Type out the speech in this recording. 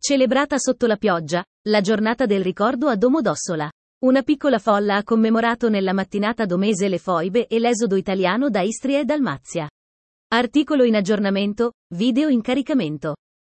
Celebrata sotto la pioggia, la giornata del ricordo a Domodossola. Una piccola folla ha commemorato nella mattinata domese le foibe e l'esodo italiano da Istria e Dalmazia. Articolo in aggiornamento, video in caricamento.